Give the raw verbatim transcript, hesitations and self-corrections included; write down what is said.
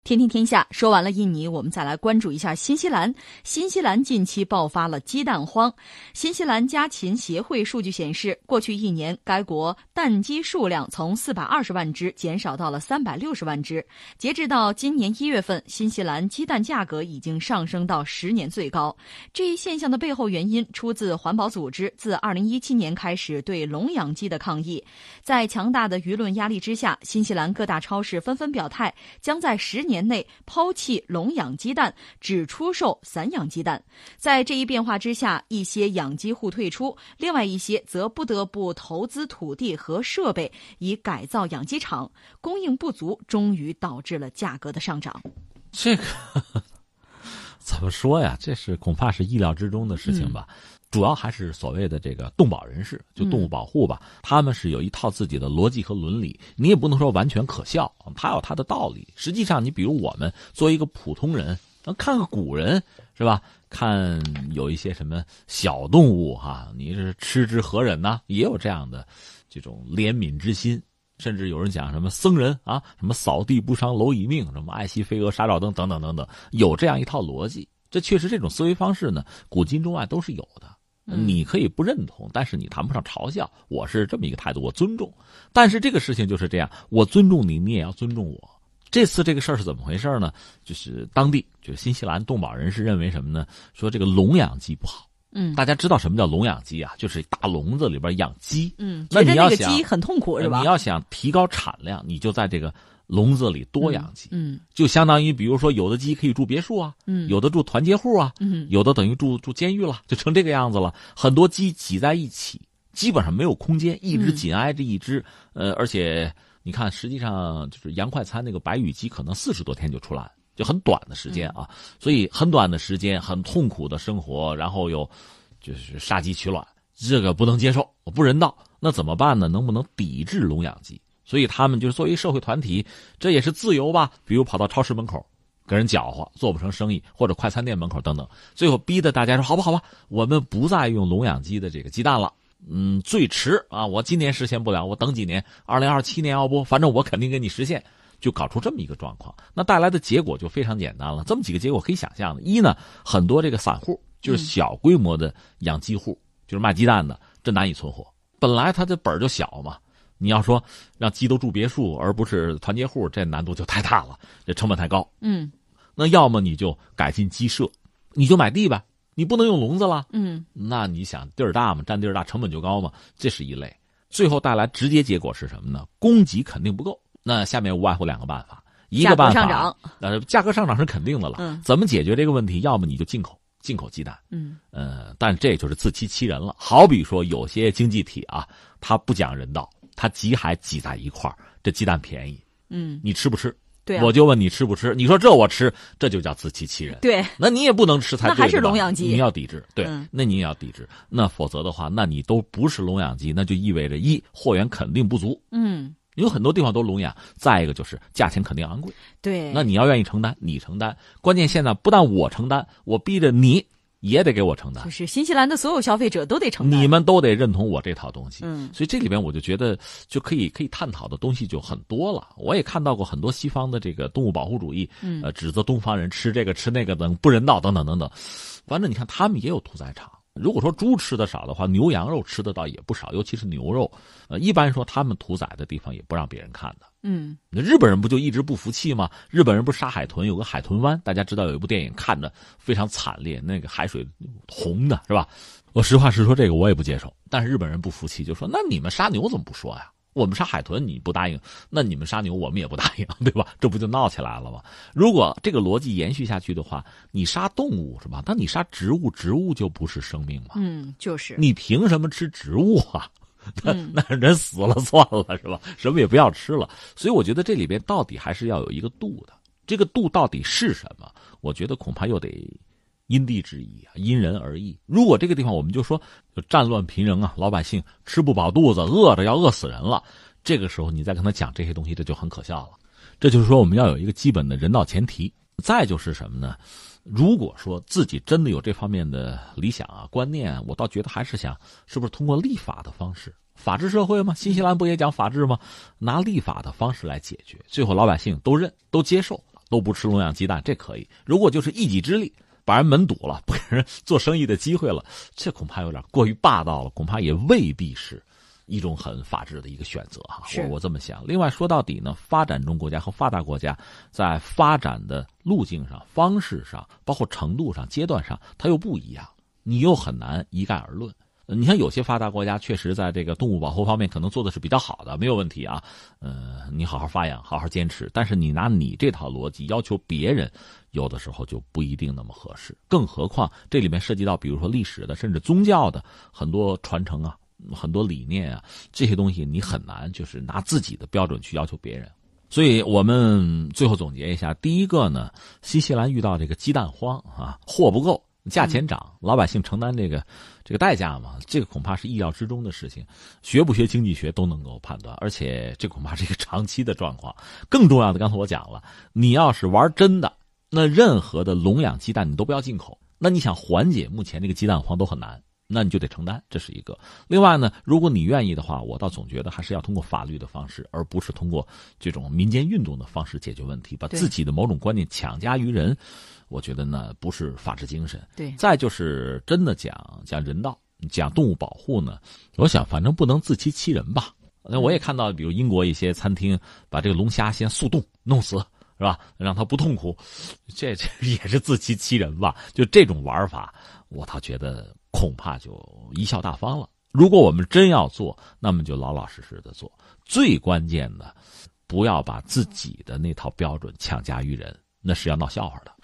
天天天下说完了印尼，我们再来关注一下新西兰。新西兰近期爆发了鸡蛋荒。新西兰家禽协会数据显示，过去一年该国蛋鸡数量从四百二十万只减少到了三百六十万只。截至到今年一月份，新西兰鸡蛋价格已经上升到十年最高。这一现象的背后原因出自环保组织自二零一七年开始对笼养鸡的抗议。在强大的舆论压力之下，新西兰各大超市纷纷表态，将在十年内抛弃笼养鸡蛋，只出售散养鸡蛋。在这一变化之下，一些养鸡户退出，另外一些则不得不投资土地和设备以改造养鸡场，供应不足终于导致了价格的上涨。 这个怎么说呀，这是恐怕是意料之中的事情吧。嗯，主要还是所谓的这个动保人士，就动物保护吧，嗯，他们是有一套自己的逻辑和伦理，你也不能说完全可笑，他有他的道理。实际上你比如我们作为一个普通人，看个古人是吧，看有一些什么小动物哈，你是吃之何忍呢？也有这样的这种怜悯之心。甚至有人讲什么僧人啊，什么扫地不伤蝼蚁命，什么爱惜飞蛾杀照灯等等等等，有这样一套逻辑。这确实这种思维方式呢，古今中外都是有的。你可以不认同，但是你谈不上嘲笑，我是这么一个态度，我尊重。但是这个事情就是这样，我尊重你，你也要尊重我。这次这个事儿是怎么回事呢？就是当地就是新西兰动保人士认为什么呢？说这个笼养鸡不好。嗯，大家知道什么叫笼养鸡啊？就是大笼子里边养鸡。 嗯， 那你要想觉得那个鸡很痛苦是吧？ 你要想提高产量，你就在这个笼子里多养鸡。 嗯， 就相当于比如说有的鸡可以住别墅啊，嗯，有的住团结户啊，嗯，有的等于住住监狱了，就成这个样子了。很多鸡挤在一起，基本上没有空间，一只紧挨着一只。嗯、呃，而且你看，实际上就是洋快餐那个白羽鸡，可能四十多天就出来了。就很短的时间啊，所以很短的时间，很痛苦的生活，然后又就是杀鸡取卵，这个不能接受，不人道。那怎么办呢？能不能抵制笼养鸡？所以他们就是作为社会团体，这也是自由吧？比如跑到超市门口跟人搅和，做不成生意，或者快餐店门口等等，最后逼得大家说好吧好吧，我们不再用笼养鸡的这个鸡蛋了。嗯，最迟啊，我今年实现不了，我等几年，二零二七年要不，反正我肯定给你实现。就搞出这么一个状况，那带来的结果就非常简单了。这么几个结果可以想象的：一呢，很多这个散户，就是小规模的养鸡户，嗯、就是卖鸡蛋的，这难以存活。本来他的本儿就小嘛，你要说让鸡都住别墅，而不是团结户，这难度就太大了，这成本太高。嗯，那要么你就改进鸡舍，你就买地呗，你不能用笼子了。嗯，那你想地儿大嘛，占地儿大，成本就高嘛，这是一类。最后带来直接结果是什么呢？供给肯定不够。那下面无外乎两个办法，一个办法， 价格上涨， 呃，价格上涨是肯定的了。嗯，怎么解决这个问题？要么你就进口，进口鸡蛋。嗯，呃，但这就是自欺欺人了。好比说有些经济体啊，它不讲人道，它挤海挤在一块儿，这鸡蛋便宜。嗯，你吃不吃？ 对、啊， 我就问你吃不吃？你说这我吃，这就叫自欺欺人。 对， 那你也不能吃才对， 那还是笼养鸡， 你要抵制。对，嗯、那你也要抵制。那否则的话，那你都不是笼养鸡，那就意味着一货源肯定不足。嗯。有很多地方都笼养，再一个就是价钱肯定昂贵。 对， 那你要愿意承担，你承担。关键现在不但我承担，我逼着你也得给我承担。 就是新西兰的所有消费者都得承担， 你们都得认同我这套东西。嗯，所以这里边我就觉得就可以可以探讨的东西就很多了。我也看到过很多西方的这个动物保护主义，嗯，呃，指责东方人吃这个吃那个等不人道等等等等。反正你看他们也有屠宰场。如果说猪吃的少的话，牛羊肉吃的倒也不少，尤其是牛肉。呃，一般说他们屠宰的地方也不让别人看的。嗯，那日本人不就一直不服气吗？日本人不是杀海豚，有个海豚湾，大家知道有一部电影看着非常惨烈，那个海水红的是吧？我实话实说，这个我也不接受。但是日本人不服气，就说那你们杀牛怎么不说呀？我们杀海豚你不答应，那你们杀牛我们也不答应，对吧？这不就闹起来了吗？如果这个逻辑延续下去的话，你杀动物是吧？但你杀植物，植物就不是生命吗？ 嗯，就是你凭什么吃植物啊？那那人死了算了是吧？什么也不要吃了。所以我觉得这里边到底还是要有一个度的，这个度到底是什么？我觉得恐怕又得因地制宜啊，因人而异。如果这个地方我们就说就战乱频仍啊，老百姓吃不饱肚子，饿着要饿死人了，这个时候你再跟他讲这些东西，这就很可笑了。这就是说我们要有一个基本的人道前提。再就是什么呢？如果说自己真的有这方面的理想啊观念啊，我倒觉得还是想是不是通过立法的方式，法治社会吗？新西兰不也讲法治吗？拿立法的方式来解决，最后老百姓都认都接受， 都不吃笼养鸡蛋，这可以。如果就是一己之力把人门堵了，不给人做生意的机会了，这恐怕有点过于霸道了，恐怕也未必是一种很法治的一个选择哈。我我这么想。另外说到底呢，发展中国家和发达国家在发展的路径上、方式上，包括程度上、阶段上，它又不一样，你又很难一概而论。你像有些发达国家确实在这个动物保护方面可能做的是比较好的，没有问题啊。呃，你好好发扬，好好坚持。但是你拿你这套逻辑要求别人，有的时候就不一定那么合适。更何况这里面涉及到比如说历史的，甚至宗教的很多传承啊，很多理念啊，这些东西你很难就是拿自己的标准去要求别人。所以我们最后总结一下，第一个呢，新西兰遇到这个鸡蛋荒啊，货不够，价钱涨，老百姓承担这个这个代价嘛，这个恐怕是意料之中的事情，学不学经济学都能够判断，而且这恐怕是一个长期的状况。更重要的，刚才我讲了，你要是玩真的，那任何的笼养鸡蛋你都不要进口，那你想缓解目前这个鸡蛋荒都很难，那你就得承担，这是一个。另外呢，如果你愿意的话，我倒总觉得还是要通过法律的方式，而不是通过这种民间运动的方式解决问题，把自己的某种观念强加于人，我觉得呢不是法治精神。 对。 再就是真的讲讲人道，讲动物保护呢，我想反正不能自欺欺人吧。那我也看到，比如英国一些餐厅把这个龙虾先速冻弄死，是吧？让它不痛苦，这这也是自欺欺人吧？就这种玩法，我倒觉得恐怕就贻笑大方了。如果我们真要做，那么就老老实实的做。最关键的，不要把自己的那套标准强加于人，那是要闹笑话的。